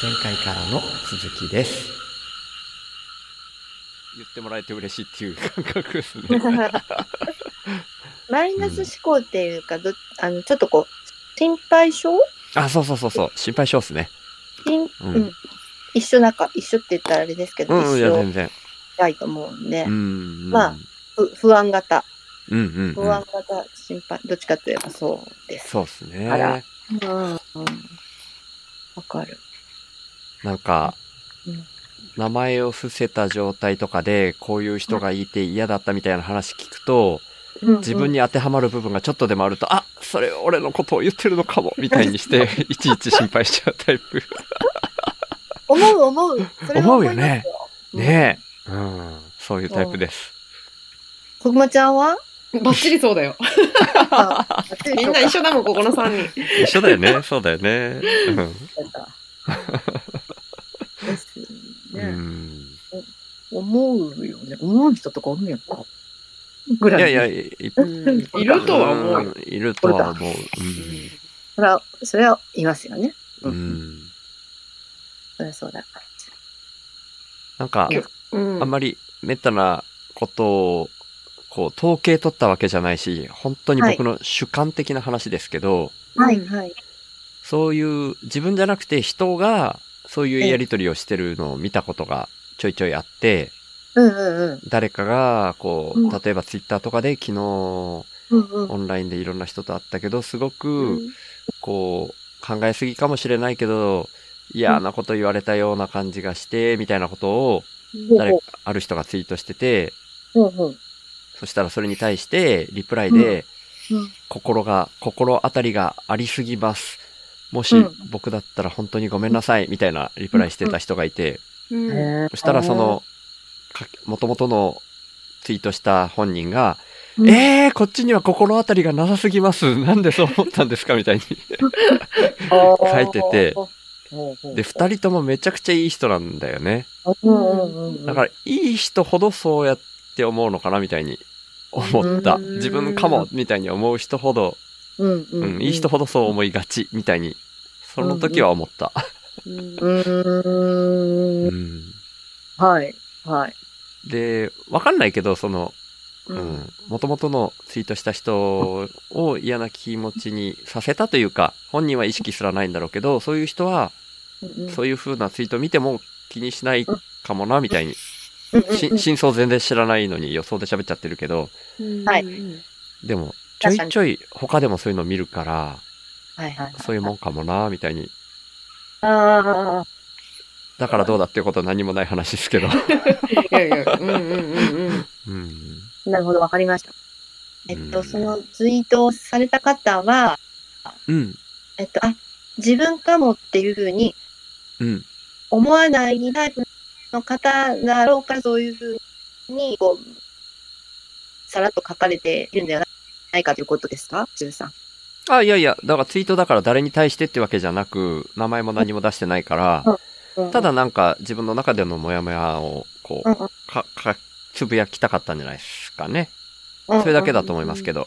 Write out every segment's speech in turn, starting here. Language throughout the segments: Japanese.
前回からの続きです。 言ってもらえて嬉しいっていう感覚ですね。 マイナス思考っていうか、ちょっとこう、心配性？ あ、そう、心配性ですね。 一緒って言ったらあれですけど、一いや緒全然。 したいと思うんで、 まあ、不安型。 不安型、心配、どっちかといえばそうです。 そうですね。 わかる。 なんか、名前を伏せた状態とかで、こういう人がいて嫌だったみたいな話聞くと、自分に当てはまる部分がちょっとでもあると、あ、それ俺のことを言ってるのかもみたいにしていちいち心配しちゃうタイプ。 思う。それは思うよね。ねえ、そういうタイプです。 こぐまちゃんはバッチリそうだよ。みんな一緒だもん、ここの3人。 一緒だよね、そうだよね。 思うよね。思う人とかおるんやんか。ぐらい。 いや、 いるとは思う。 いるとは思う。 それはいますよね。そりゃそうだ。 なんか、あんまりめったなことを、こう、統計取ったわけじゃないし、本当に僕の主観的な話ですけど、そういう自分じゃなくて人がそういうやり取りをしてるのを見たことがちょいちょいあって、誰かがこう例えばツイッターとかで昨日オンラインでいろんな人と会ったけどすごくこう考えすぎかもしれないけど嫌なこと言われたような感じがしてみたいなことをある人がツイートしてて、そしたらそれに対してリプライで心当たりがありすぎます。もし僕だったら本当にごめんなさいみたいなリプライしてた人がいて、そしたらその元々のツイートした本人が、こっちには心当たりがなさすぎます。なんでそう思ったんですかみたいに書いてて、で、二人ともめちゃくちゃいい人なんだよね。だから、いい人ほどそうやって思うのかなみたいに思った。自分かもみたいに思う人ほど、いい人ほどそう思いがちみたいに、その時は思った。 はい。 で、わかんないけど、その、元々のツイートした人を嫌な気持ちにさせたというか、本人は意識すらないんだろうけど、そういう人は、そういう風なツイート見ても気にしないかもな、みたいに。真相全然知らないのに予想で喋っちゃってるけど、でも、ちょいちょい他でもそういうの見るから、そういうもんかもな、みたいに。だからどうだっていうことは何もない話ですけど。 なるほど、わかりました。そのツイートをされた方は、自分かもっていうふうに思わないタイプの方だろうから、そういうふうにこうさらっと書かれているんではないかということですか、ジュンさん。 いや、だからツイートだから誰に対してってわけじゃなく、名前も何も出してないから、ただなんか自分の中でのモヤモヤをこう、つぶやきたかったんじゃないですかね。それだけだと思いますけど。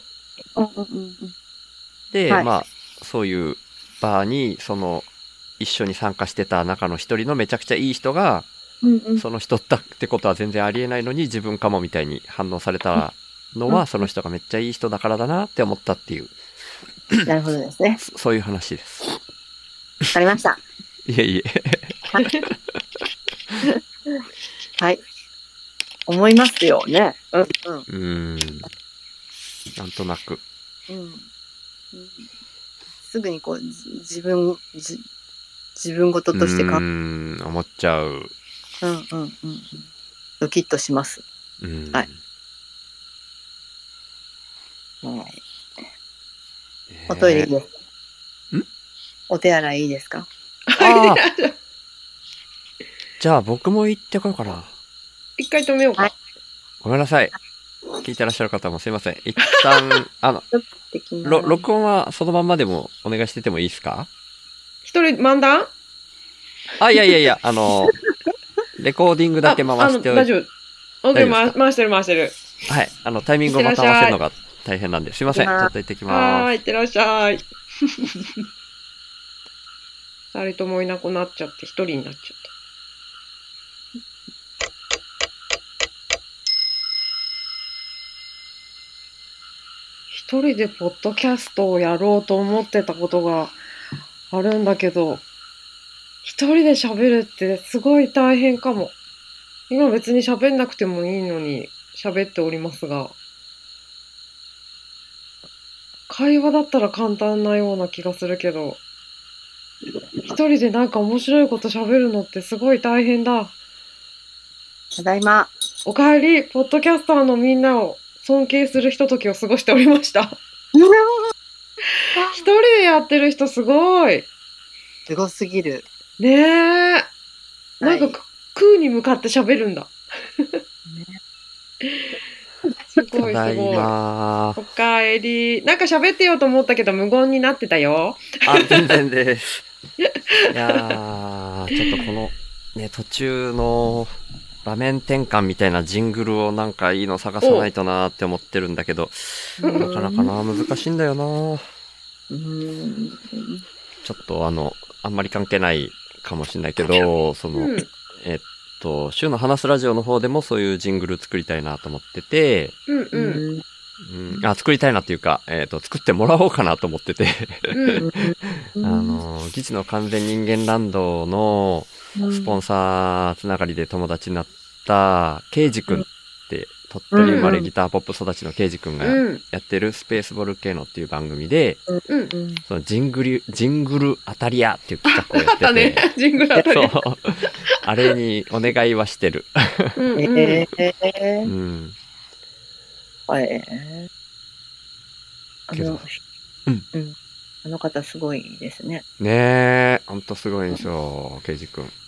で、そういう場に、その、一緒に参加してた中の一人のめちゃくちゃいい人が、その人だってことは全然ありえないのに自分かもみたいに反応されたのは、その人がめっちゃいい人だからだなって思ったっていう。 なるほどですね。 そういう話です。 わかりました。 いえ。 はい。思いますよね。 なんとなく。 すぐにこう自分事として思っちゃう。 ドキッとします。はい。おトイレいいですか？お手洗いいいですか？ じゃあ僕も行ってこようかな。 一回止めようか。 ごめんなさい。聞いてらっしゃる方もすいません。一旦、録音はそのまんまでもお願いしててもいいですか？ 一人漫談？ いや、レコーディングだけ回しておいて。 大丈夫。回してる。 はい。タイミングをまた合わせるのが大変なんで、すいません。ちょっと行ってきます。 いってらっしゃい。 二人ともいなくなっちゃって一人になっちゃった。一人でポッドキャストをやろうと思ってたことがあるんだけど、一人で喋るってすごい大変かも。今別に喋んなくてもいいのに喋っておりますが、会話だったら簡単なような気がするけど、一人でなんか面白いこと喋るのってすごい大変だ。 ただいま。 おかえり、ポッドキャスターのみんなを尊敬するひとときを過ごしておりました。一人でやってる人すごい。 すごすぎる。 ねえ。なんか、空に向かって喋るんだ。すごいすごい。おかえり。なんか喋ってようと思ったけど無言になってたよ。 あ、全然です。いやー、ちょっとこの、ね、途中の場面転換みたいなジングルをなんかいいの探さないとなーって思ってるんだけど、なかなかな、難しいんだよな。ちょっとあんまり関係ないかもしれないけど、週の話すラジオの方でもそういうジングル作りたいなと思ってて、作りたいなっていうか、作ってもらおうかなと思ってて、ギチの完全人間ランドのスポンサーつながりで友達になった、ケイジ君って鳥取生まれギターポップ育ちのケイジ君がやってるスペースボルケーノっていう番組で、そのジングル当たり屋っていう企画をやってて、あったね、ジングル当たり屋。そう。あれにお願いはしてる。 あの方すごいですね。 ねえ、ほんとすごいんですよ、ケイジ君。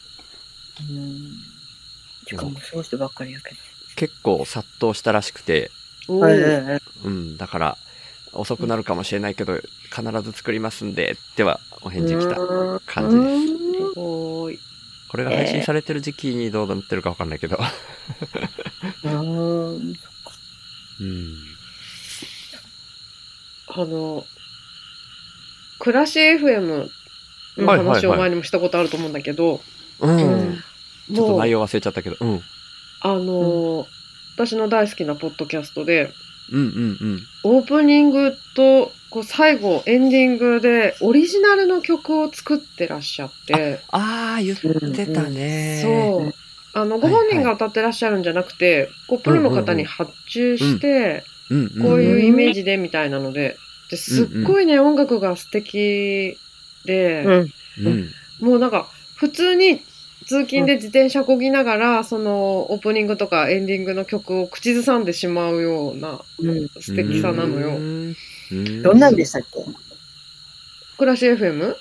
しかもすごい人ばっかりやけど。 結構殺到したらしくて、だから遅くなるかもしれないけど必ず作りますんでってはお返事来た感じです。これが配信されてる時期にどうなってるかわかんないけど。 暮らし FM の話を前にもしたことあると思うんだけど、 ちょっと内容忘れちゃったけど、 私の大好きなポッドキャストで、オープニングとこう最後エンディングでオリジナルの曲を作ってらっしゃって、 言ってたね。 そう。ご本人が歌ってらっしゃるんじゃなくて、こうプロの方に発注して、こういうイメージでみたいなので、すっごいね、音楽が素敵で、もうなんか普通に通勤で自転車こぎながら、そのオープニングとかエンディングの曲を口ずさんでしまうような素敵さなのよ。 どんなんでしたっけ？ 暮らし FM？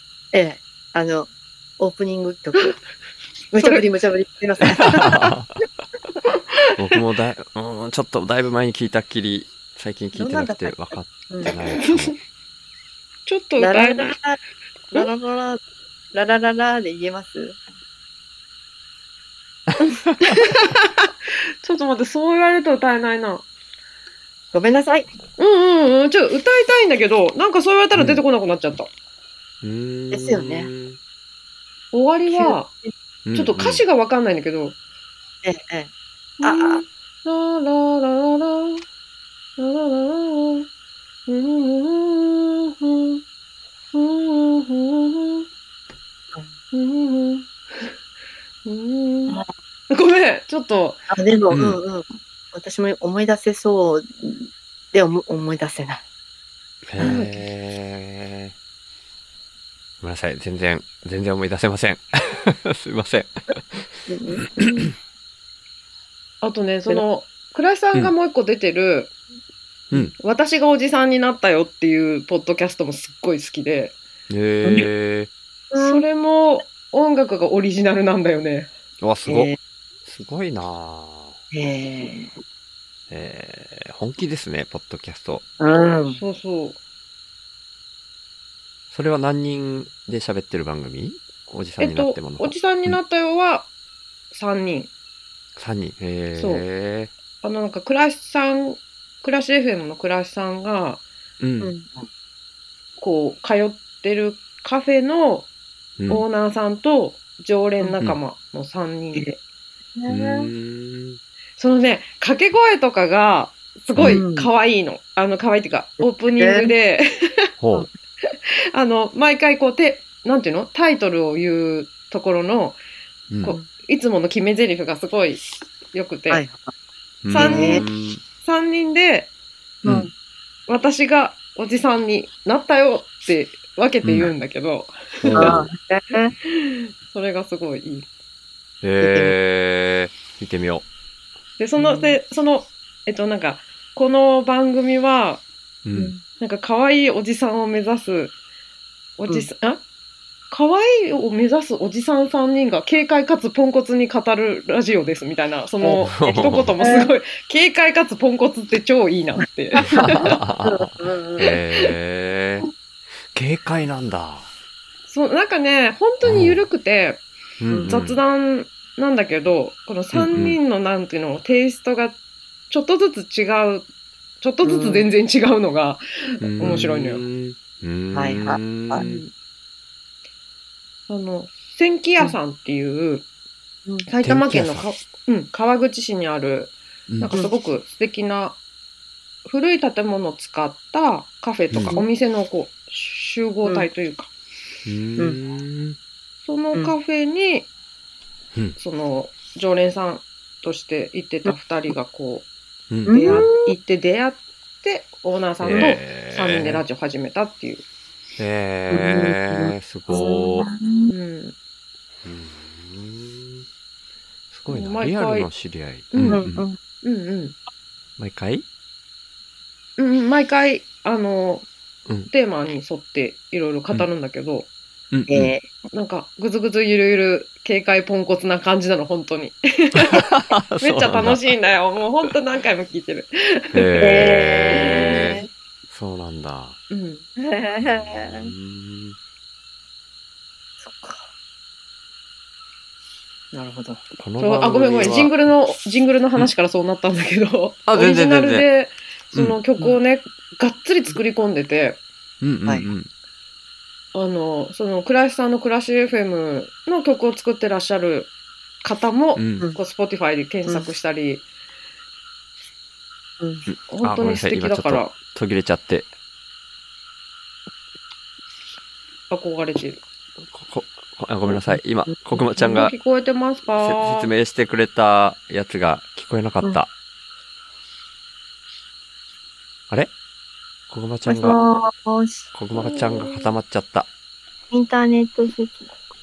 オープニング曲。無茶ぶり。すいません。 僕もちょっとだいぶ前に聞いたっきり、最近聞いてなくて分かってないかも。 ちょっと歌えない。 ララララで言えます？ ちょっと待って、そう言われると歌えないな。 ごめんなさい。 ちょっと歌いたいんだけど、なんかそう言われたら出てこなくなっちゃった。 ですよね。 終わりは、ちょっと歌詞がわかんないんだけど。ラララララララごめん、ちょっと。 でも、私も思い出せそうで思い出せない。 ごめんなさい、全然思い出せません。すいません。 あとね、倉井さんがもう一個出てる、私がおじさんになったよっていうポッドキャストもすっごい好きで。それも音楽がオリジナルなんだよね。 すごいなぁ。本気ですね、ポッドキャスト。 そうそう。 それは何人で喋ってる番組？おじさんになってもの。 おじさんになったよは3人。 3人。 そう。なんか暮らし FM の暮らしさんが、こう通ってるカフェのオーナーさんと常連仲間の3人で。そのね、掛け声とかがすごい可愛いの。可愛いっていうか、オープニングで、毎回こう、なんていうのタイトルを言うところの、こういつもの決め台詞がすごい良くて、3人で、私がおじさんになったよって分けて言うんだけど、それがすごいいい。 見てみよう。で、なんか、この番組は、なんか可愛いおじさんを目指す、可愛いを目指すおじさん3人が軽快かつポンコツに語るラジオですみたいな、その一言もすごい、軽快かつポンコツって超いいなって。 軽快なんだ。 そう、なんかね、本当に緩くて、雑談なんだけど、この3人のなんていうの、テイストがちょっとずつ違う、ちょっとずつ全然違うのが面白いのよ。 はいはい。 千木屋さんっていう、埼玉県の川口市にある、なんかすごく素敵な古い建物を使ったカフェとかお店のこう集合体というか、そのカフェに、その常連さんとして行ってた2人がこう、行って出会って、オーナーさんと3人でラジオ始めたっていう。 すごー。すごいな。リアルの知り合い。毎回毎回、テーマに沿っていろいろ語るんだけど、なんか、ぐずぐずゆるゆる、軽快ポンコツな感じなの、本当に。めっちゃ楽しいんだよ。もう本当何回も聞いてる。 そうなんだ。 そっか。なるほど。 ごめん。ジングルの話からそうなったんだけど、オリジナルで、その曲をね、がっつり作り込んでて、その倉石さんのクラッシュ FM の曲を作ってらっしゃる方も、こう Spotify で検索したり、本当に素敵だから。 途切れちゃって。 憧れてる。 ごめんなさい。今、こぐまちゃんが聞こえてますか？ 説明してくれたやつが聞こえなかった。あれ？こぐまちゃんが固まっちゃった。 インターネット接続。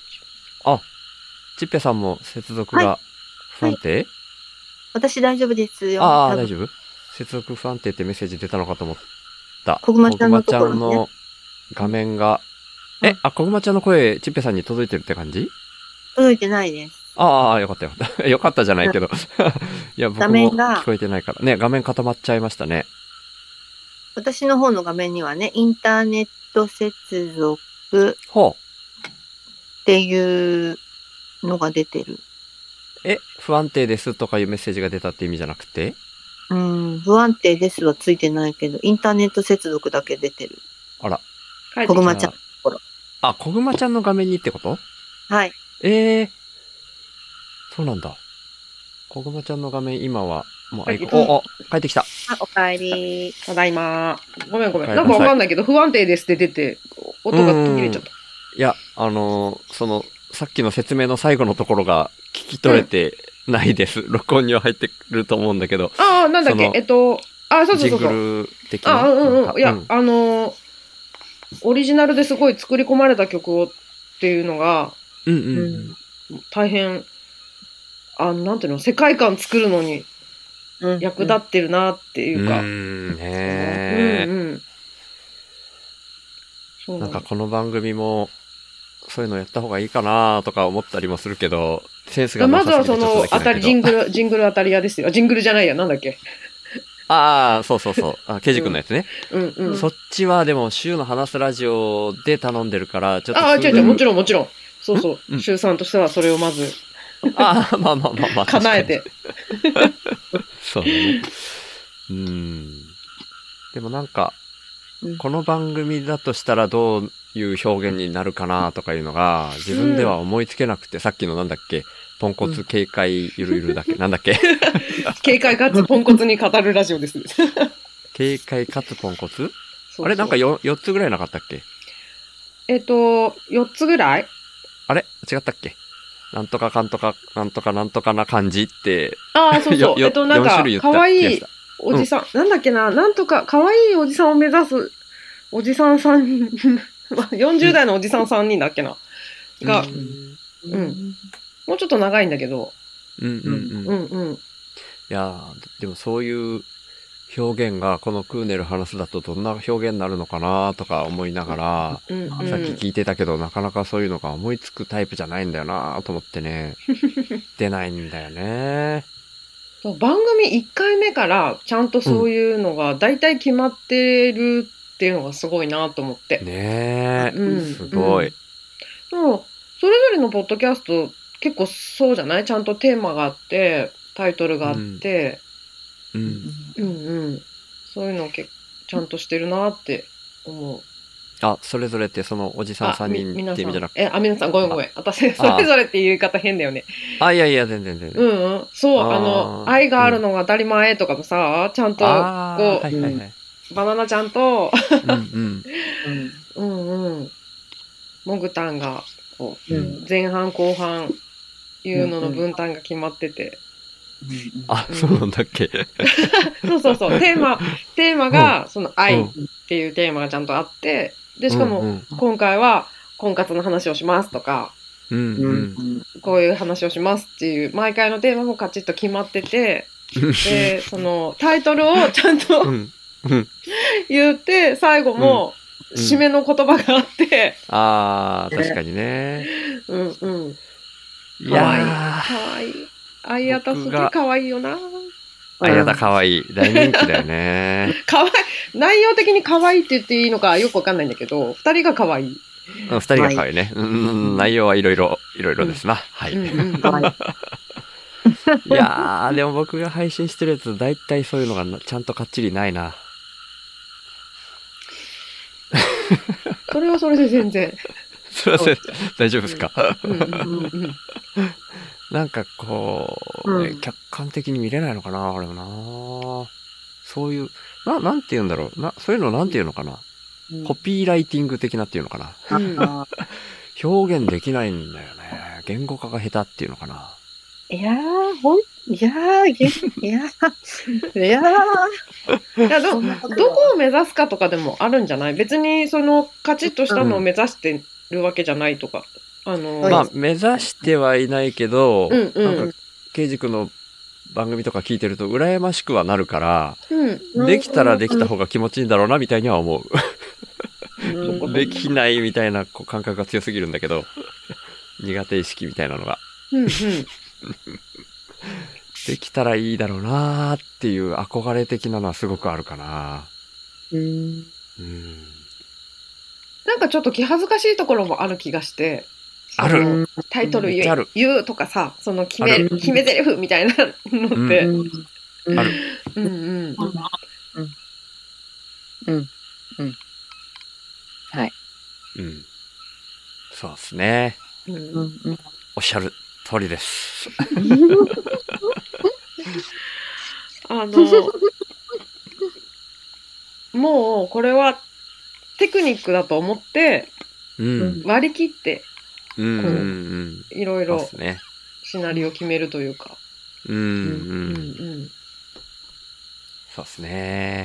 ちっぺさんも接続が不安定？ 私大丈夫ですよ。 大丈夫？接続不安定ってメッセージ出たのかと思った。 こぐまちゃんのところ、 こぐまちゃんの画面が、こぐまちゃんの声、ちっぺさんに届いてるって感じ？ 届いてないです。 よかったよかった。よかったじゃないけど。いや、僕も聞こえてないから。ね、画面固まっちゃいましたね。 私の方の画面にはね、インターネット接続っていうのが出てる。 不安定ですとかいうメッセージが出たって意味じゃなくて？ 不安定ですはついてないけど、インターネット接続だけ出てる。 あら。 こぐまちゃんのところ。 こぐまちゃんの画面にってこと？ はい。 そうなんだ。こぐまちゃんの画面今は、もう帰ってきた。 おかえり。 ただいま。ごめん。なんかわかんないけど、不安定ですって出て、音が途切れちゃった。 いや、さっきの説明の最後のところが聞き取れてないです。録音には入ってると思うんだけど。 なんだっけ、そう。 ジングル的な。 いや、オリジナルですごい作り込まれた曲をっていうのが、大変、なんていうの、世界観作るのに役立ってるなっていうか。 なんかこの番組も、そういうのやった方がいいかなとか思ったりもするけど、センスがなさすぎてちょっとできないけど。 まずはジングル当たり屋ですよ。ジングルじゃないや、なんだっけ。 そう。ケイジ君のやつね。そっちはでも、週の話すラジオで頼んでるから、ちょっと。 違う、もちろん。そう。週さんとしてはそれをまず。 まあ。 叶えて。 そうね。でもなんか、この番組だとしたらどういう表現になるかなとかいうのが、自分では思いつけなくて、さっきのなんだっけ、ポンコツ軽快ゆるゆるだっけ、なんだっけ。 軽快かつポンコツに語るラジオです。 軽快かつポンコツ？ そうあれなんか4つぐらいなかったっけ ？4つぐらい？ あれ違ったっけ？なんとかかんとか、なんとかなんとかな感じって。 ああ、そうそう。なんか、かわいいおじさん、なんだっけな、なんとか、かわいいおじさんを目指すおじさん3人、40代のおじさん3人だっけな。が、うん。もうちょっと長いんだけど。 いやでもそういう表現がこのクーネル話すだとどんな表現になるのかなとか思いながら、さっき聞いてたけどなかなかそういうのが思いつくタイプじゃないんだよなと思ってね。出ないんだよね。 番組1回目からちゃんとそういうのが大体決まってるっていうのがすごいなと思って。 ねえ、すごい。 もうそれぞれのポッドキャスト結構そうじゃない？ちゃんとテーマがあってタイトルがあって、そういうのをちゃんとしてるなって思う。 あ、それぞれってそのおじさん3人って意味じゃなくて。 皆さんごめん。私、それぞれっていう言い方変だよね。 いや、全然。 そう、愛があるのが当たり前とかもさ、ちゃんと、こう、バナナちゃんと、モグタンが、こう、前半後半、いうのの分担が決まってて。 あ、そうなんだっけ。 そう。テーマが、その愛っていうテーマがちゃんとあって、で、しかも、今回は、婚活の話をしますとか、こういう話をしますっていう、毎回のテーマもカチッと決まってて、で、その、タイトルをちゃんと言って、最後も、締めの言葉があって、 確かにね。 かわいい。あいやたすげえかわいいよな。 あやたかわいい。大人気だよね。 内容的にかわいいって言っていいのかよくわかんないんだけど、2人がかわいい。 2人がかわいいね。内容はいろいろですな。はい。いやー、でも僕が配信してるやつ、だいたいそういうのがちゃんとかっちりないな。 それはそれで全然。 それは大丈夫ですか？なんかこう、客観的に見れないのかな、あれもな。そういう、なんて言うんだろう。そういうのなんて言うのかな。コピーライティング的なっていうのかな。表現できないんだよね。言語化が下手っていうのかな。 どこを目指すかとかでもあるんじゃない？別にそのカチッとしたのを目指してるわけじゃないとか。 目指してはいないけど、なんか、ケイジ君の番組とか聞いてると、羨ましくはなるから、できたらできた方が気持ちいいんだろうな、みたいには思う。できないみたいな感覚が強すぎるんだけど、苦手意識みたいなのが。できたらいいだろうなーっていう憧れ的なのはすごくあるかな。 なんかちょっと気恥ずかしいところもある気がして、 ある。 タイトル言うとかさ、その決め台詞みたいなのって。 ある。 はい。 そうですね。おっしゃる通りです。 もうこれはテクニックだと思って割り切っていろいろシナリオ決めるというか。 そうですね。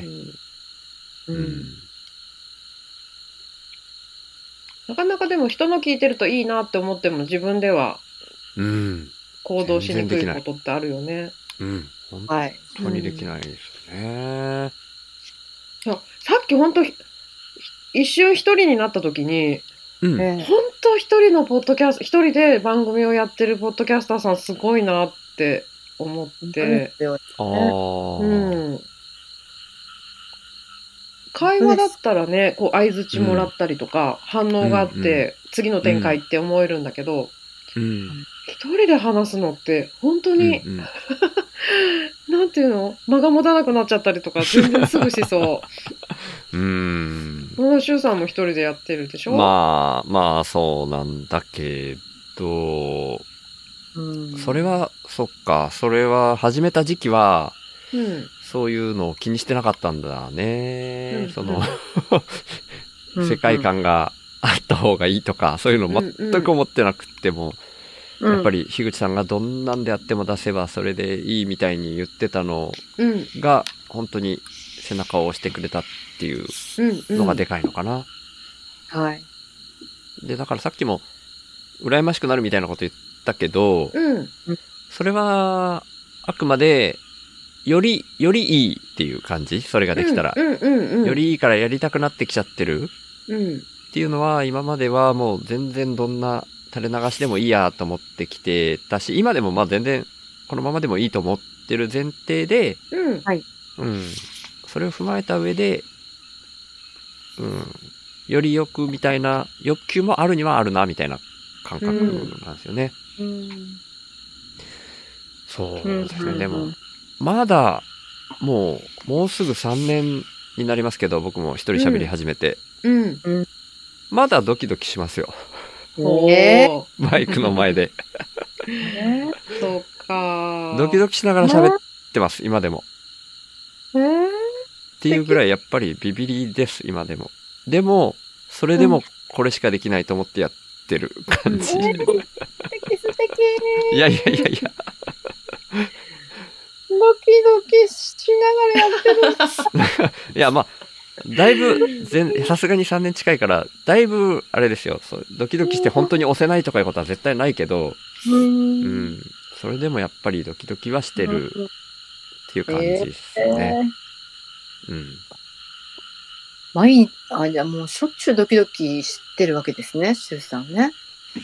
なかなかでも人の聞いてるといいなって思っても自分では行動しにくいことってあるよね。 本当にできないですね。 さっき本当一瞬一人になった時に、本当一人のポッドキャスト、一人で番組をやってるポッドキャスターさんすごいなって思って、会話だったらね、こう相槌もらったりとか、反応があって、次の展開って思えるんだけど、一人で話すのって本当に、なんていうの、間が持たなくなっちゃったりとか全然すぐしそう。 シュウさんも一人でやってるでしょ？ まあ、そうなんだけど、それは、そっか、それは始めた時期は、そういうのを気にしてなかったんだね。世界観があった方がいいとか、そういうの全く思ってなくっても、やっぱり樋口さんがどんなんであっても出せばそれでいいみたいに言ってたのが、本当に背中を押してくれたっていうのがでかいのかな。 はい。 で、だからさっきも、羨ましくなるみたいなこと言ったけど、それは、あくまで、よりいいっていう感じ？それができたら。よりいいからやりたくなってきちゃってるっていうのは、今まではもう全然どんな垂れ流しでもいいやと思ってきてたし、今でもまあ全然このままでもいいと思ってる前提で、それを踏まえた上で、よりよくみたいな欲求もあるにはあるなみたいな感覚なんですよね。そうですね。でも、まだ、もうすぐ3年になりますけど、僕も一人喋り始めて。まだドキドキしますよ。マイクの前で。 そうか。 ドキドキしながら喋ってます、今でも。っていうぐらいやっぱりビビりです、今でも。でも、それでもこれしかできないと思ってやってる感じ。素敵。いや。 ドキドキしながらやってる。 いや、まあ、だいぶ、さすがに3年近いから、だいぶ、あれですよ、ドキドキして本当に押せないとかいうことは絶対ないけど、それでもやっぱりドキドキはしてるっていう感じですね。 じゃあもうしょっちゅうドキドキしてるわけですね、シュウさんね。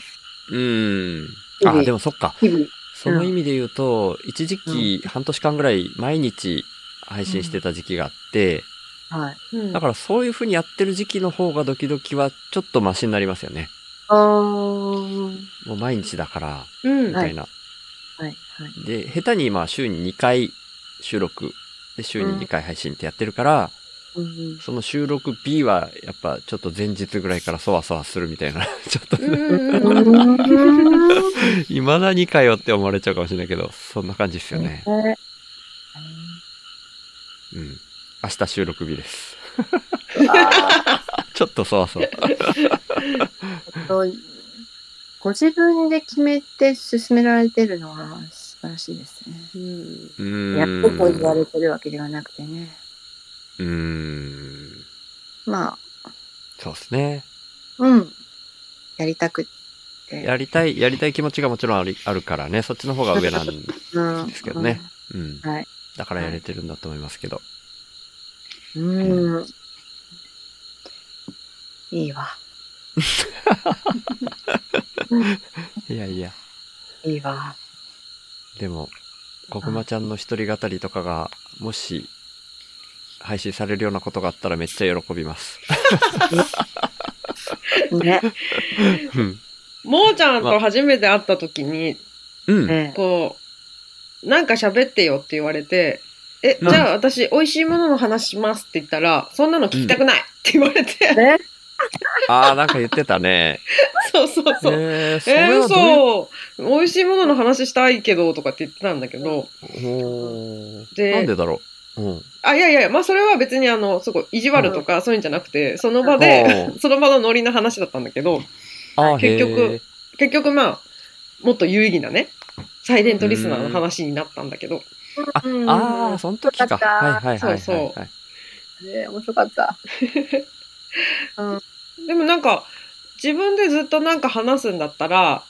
でもそっか。その意味で言うと、一時期半年間ぐらい毎日配信してた時期があって、だからそういう風にやってる時期の方がドキドキはちょっとマシになりますよね。もう毎日だから、みたいな。で、下手に週に2回収録で週に2回配信ってやってるから、その収録 B はやっぱちょっと前日ぐらいからそわそわするみたいな、ちょっと未だにかよって思われちゃうかもしれないけど、そんな感じですよね。明日収録日です。ちょっとそわそわ。 ご自分で決めて進められてるのは素晴らしいですね。やってと言われてるわけではなくてね。まあ。 そうですね。 やりたくって。 やりたい気持ちがもちろんあるからね、そっちの方が上なんですけどね。だからやれてるんだと思いますけど。 いいわ。 いや。 いいわ。 でも、こぐまちゃんの一人語りとかが、もし、配信されるようなことがあったらめっちゃ喜びます。 ね。 もーちゃんと初めて会った時に、こう、なんか喋ってよって言われて、じゃあ私美味しいものの話しますって言ったら、そんなの聞きたくないって言われて。 なんか言ってたね。 そう。美味しいものの話したいけどとかって言ってたんだけど。 なんでだろう。 いや、まあそれは別にすごい意地悪とかそういうんじゃなくて、その場で、その場のノリの話だったんだけど、結局まあ、もっと有意義なね、サイレントリスナーの話になったんだけど。 その時か。はい。 そう。 面白かった。 でもなんか、自分でずっとなんか話すんだったら、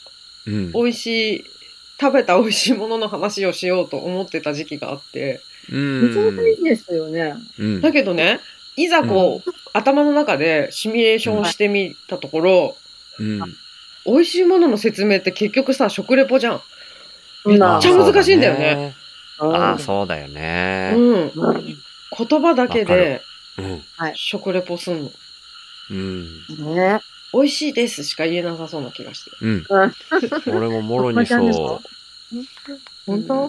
食べた美味しいものの話をしようと思ってた時期があって。 めちゃめちゃいいですよね。 だけどね、いざ頭の中でシミュレーションしてみたところ、美味しいものの説明って結局さ、食レポじゃん。めっちゃ難しいんだよね。 そうだよね。 言葉だけで食レポすんの。美味しいですしか言えなさそうな気がして。 俺ももろにそう。 本当？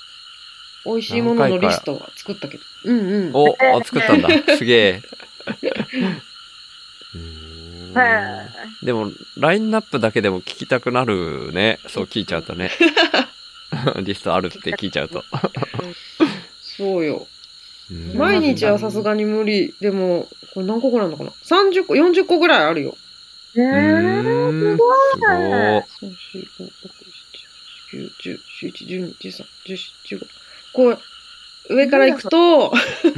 美味しいもののリストは作ったけど。 作ったんだ。すげえ。 でも、ラインナップだけでも聞きたくなるね。そう聞いちゃうとね。リストあるって聞いちゃうと。 そうよ。毎日はさすがに無理。でも、これ何個ぐらいあるのかな ?30 個、40個ぐらいあるよ。 すごい。 3、4、5、6、7、8、9、10、11、12、13、14、15。こう、上から行くと、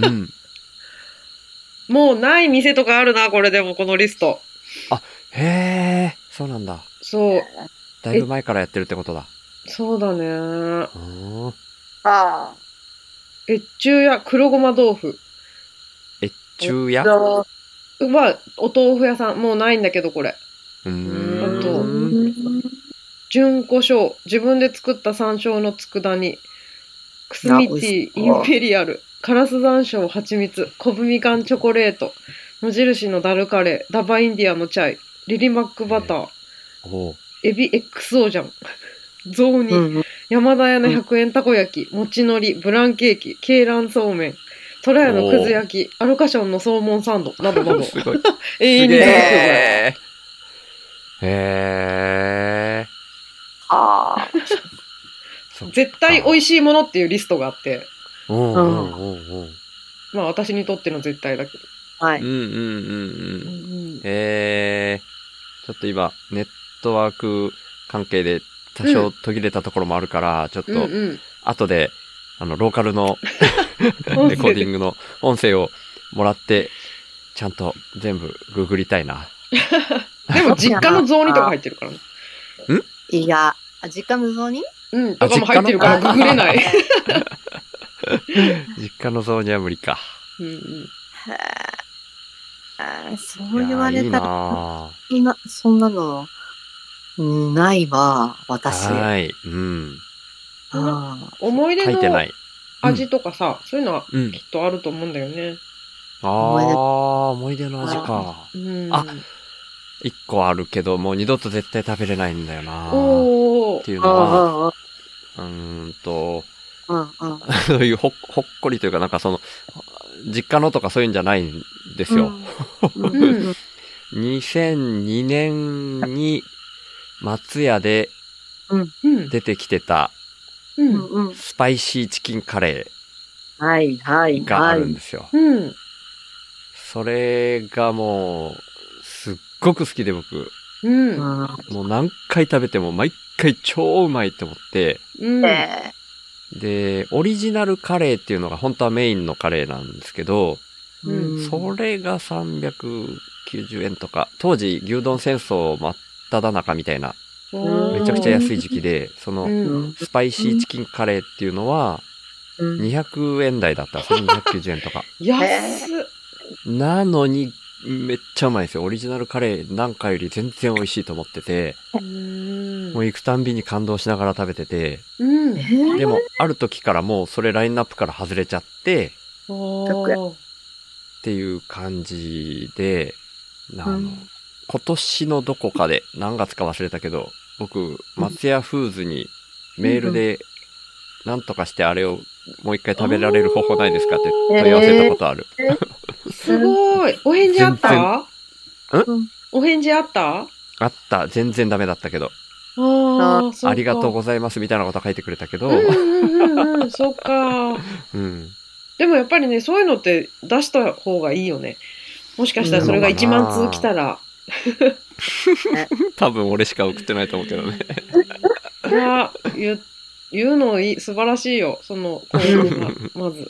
もうない店とかあるな、これでも、このリスト。 あ、へえ、そうなんだ。 そう。 だいぶ前からやってるってことだ。 そうだね。 ああ。 越中屋黒ごま豆腐。 越中屋は、お豆腐屋さん。もうないんだけど、これ。あと、純胡椒。自分で作った山椒の佃煮。くすみティー、インペリアル。カラス山椒、蜂蜜。昆布みかんチョコレート。無印のダルカレー。ダバインディアのチャイ。リリマックバター。エビ XO じゃん。雑煮。山田屋の100円たこ焼き。もちのり。ブランケーキ。鶏卵そうめん。トラヤのくず焼き。アルカションのソーモンサンド。などなど。 すごい。 永遠に続く。 へえ。 ああ。 絶対美味しいものっていうリストがあって。まあ私にとっての絶対だけど。 はい。 へえ。ちょっと今、ネットワーク関係で多少途切れたところもあるから、ちょっと、後で、ローカルのレコーディングの音声をもらって、ちゃんと全部ググりたいな。 でも実家の雑煮とか入ってるからね。 いや、実家の雑煮とかも入ってるからググれない。 実家の雑煮は無理か。 そう言われたら、そんなの、ないわ、私。 はい。 思い出の味とかさ、そういうのはきっとあると思うんだよね。 思い出の味か。一個あるけど、もう二度と絶対食べれないんだよな。っていうのは、そういうほっこりというか、なんかその、実家のとかそういうんじゃないんですよ。2002年に松屋で出てきてたスパイシーチキンカレーがあるんですよ。それがもうすっごく好きで僕、もう何回食べても毎回超うまいって思って、でオリジナルカレーっていうのが本当はメインのカレーなんですけど、それが390円とか、当時牛丼戦争真っ只中みたいなめちゃくちゃ安い時期で、そのスパイシーチキンカレーっていうのは200円台だったんですよ。290円とか。 安っ。 なのにめっちゃうまいんですよ。オリジナルカレーなんかより全然美味しいと思ってて、もう行くたんびに感動しながら食べてて、でもある時からもうそれラインナップから外れちゃってっていう感じで、今年のどこかで何月か忘れたけど、僕松屋フーズにメールでなんとかしてあれをもう一回食べられる方法ないですかって問い合わせたことある。 すごい。お返事あった？お返事あった？ あった。全然ダメだったけど。ありがとうございますみたいなこと書いてくれたけど。 そっか。でもやっぱりね、そういうのって出した方がいいよね。もしかしたらそれが1万通来たら。 多分俺しか送ってないと思うけどね。 いや、言うの素晴らしいよ。その行動がまず。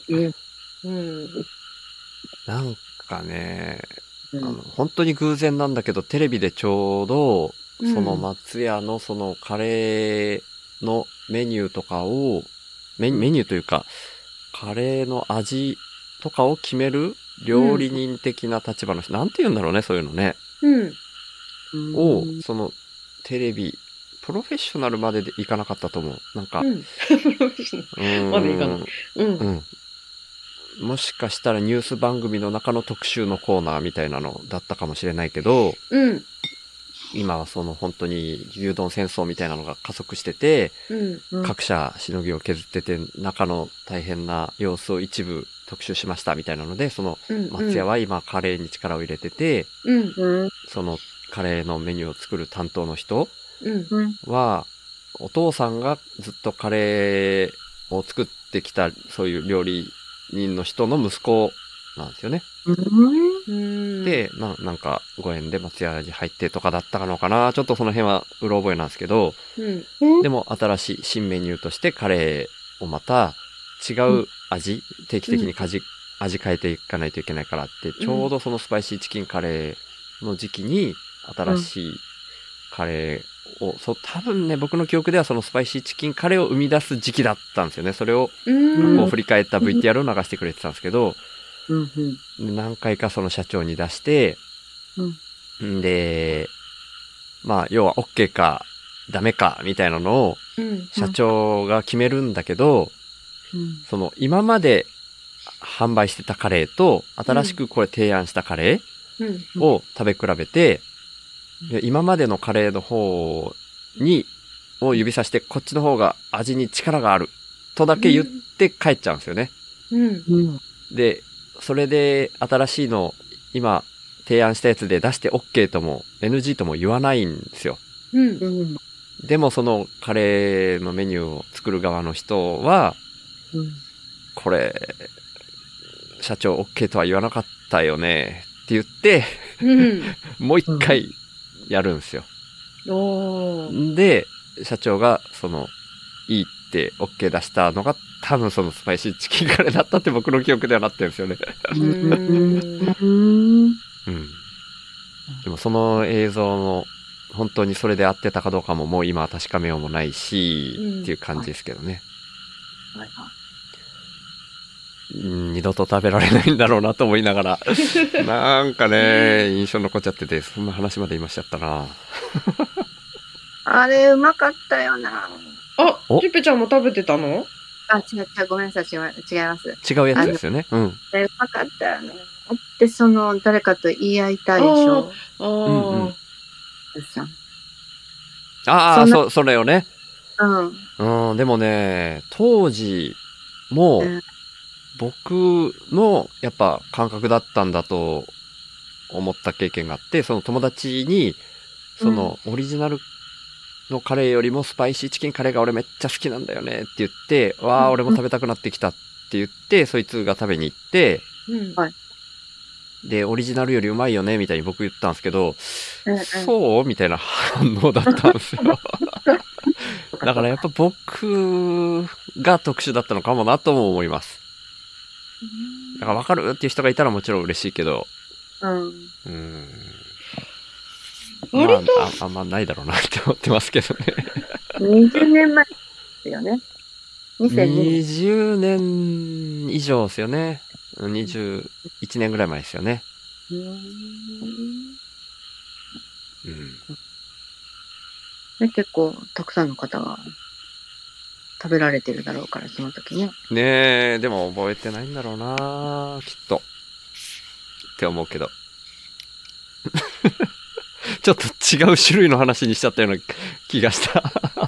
なんかね、本当に偶然なんだけど、テレビでちょうどその松屋のそのカレーのメニューとかをメニューというかカレーの味とかを決める料理人的な立場の人、なんて言うんだろうね、そういうのね。をそのテレビプロフェッショナルまでいかなかったと思う。なんか、プロフェッショナルまでいかない。もしかしたらニュース番組の中の特集のコーナーみたいなのだったかもしれないけど、今はその本当に牛丼戦争みたいなのが加速してて、各社しのぎを削ってて、中の大変な様子を一部特集しましたみたいなので、そのうん松屋は今カレーに力を入れてて、 うんそのカレーのメニューを作る担当の人うんは、お父さんがずっとカレーを作ってきた、そういう料理人の人の息子なんですよね。で、なんかご縁で松屋に入ってとかだったのかな。ちょっとその辺はうろ覚えなんですけど、でも新しい新メニューとしてカレーをまた違う味、定期的に味変えていかないといけないからって、ちょうどそのスパイシーチキンカレーの時期に新しいカレーを、多分ね、僕の記憶ではそのスパイシーチキンカレーを生み出す時期だったんですよね。それをこう振り返った VTR を流してくれてたんですけど、何回かその社長に出して、で、まあ、要は OK かダメかみたいなのを社長が決めるんだけど、その今まで販売してたカレーと新しくこれ提案したカレーを食べ比べて、今までのカレーの方を指さしてこっちの方が味に力があるとだけ言って帰っちゃうんですよね。で、それで新しいの今提案したやつで出して OK とも NG とも言わないんですよ。でもそのカレーのメニューを作る側の人は、これ社長 OK とは言わなかったよねって言って、もう一回やるんですよ。で、社長がそのいいって OK 出したのが多分そのスパイシーチキンカレーだったって僕の記憶ではなってるんですよね。でもその映像の本当にそれで合ってたかどうかももう今は確かめようもないし、っていう感じですけどね。二度と食べられないんだろうなと思いながら、なんかね、印象残っちゃってて、そんな話まで言いましちゃったな。 あれ、うまかったよな。 あ、ちっぺちゃんも食べてたの？ あ、違う、ごめんなさい、違います。 違うやつですよね。 うまかったよね。で、誰かと言い合いたいでしょ。 それをね。でもね、当時も、僕のやっぱ感覚だったんだと思った経験があって、その友達に、そのオリジナルのカレーよりもスパイシーチキンカレーが俺めっちゃ好きなんだよねって言って、わあ、俺も食べたくなってきたって言って、そいつが食べに行って、で、オリジナルよりうまいよねみたいに僕言ったんですけど、そうみたいな反応だったんですよ。だからやっぱ僕が特殊だったのかもなとも思います。だから分かるっていう人がいたらもちろん嬉しいけど、 割と、 あんまないだろうなって思ってますけどね。 20年前ですよね。 20年以上ですよね。21年ぐらい前ですよね。 結構たくさんの方が食べられてるだろうから、その時ね。 ねえ、でも覚えてないんだろうな、きっと。って思うけど。ちょっと違う種類の話にしちゃったような気がした。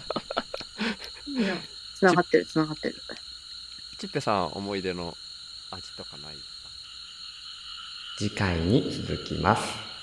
つながってる。 ちっぺさん、思い出の味とかないですか？ 次回に続きます。